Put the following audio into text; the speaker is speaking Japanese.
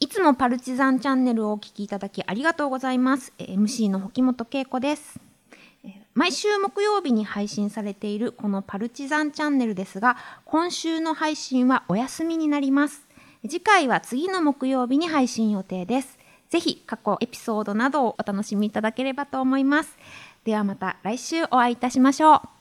つもパルチザンチャンネルをお聞きいただきありがとうございます。MC の保本恵子です。毎週木曜日に配信されているこのパルチザンチャンネルですが、今週の配信はお休みになります。次回は次の木曜日に配信予定です。ぜひ過去エピソードなどをお楽しみいただければと思います。ではまた来週お会いいたしましょう。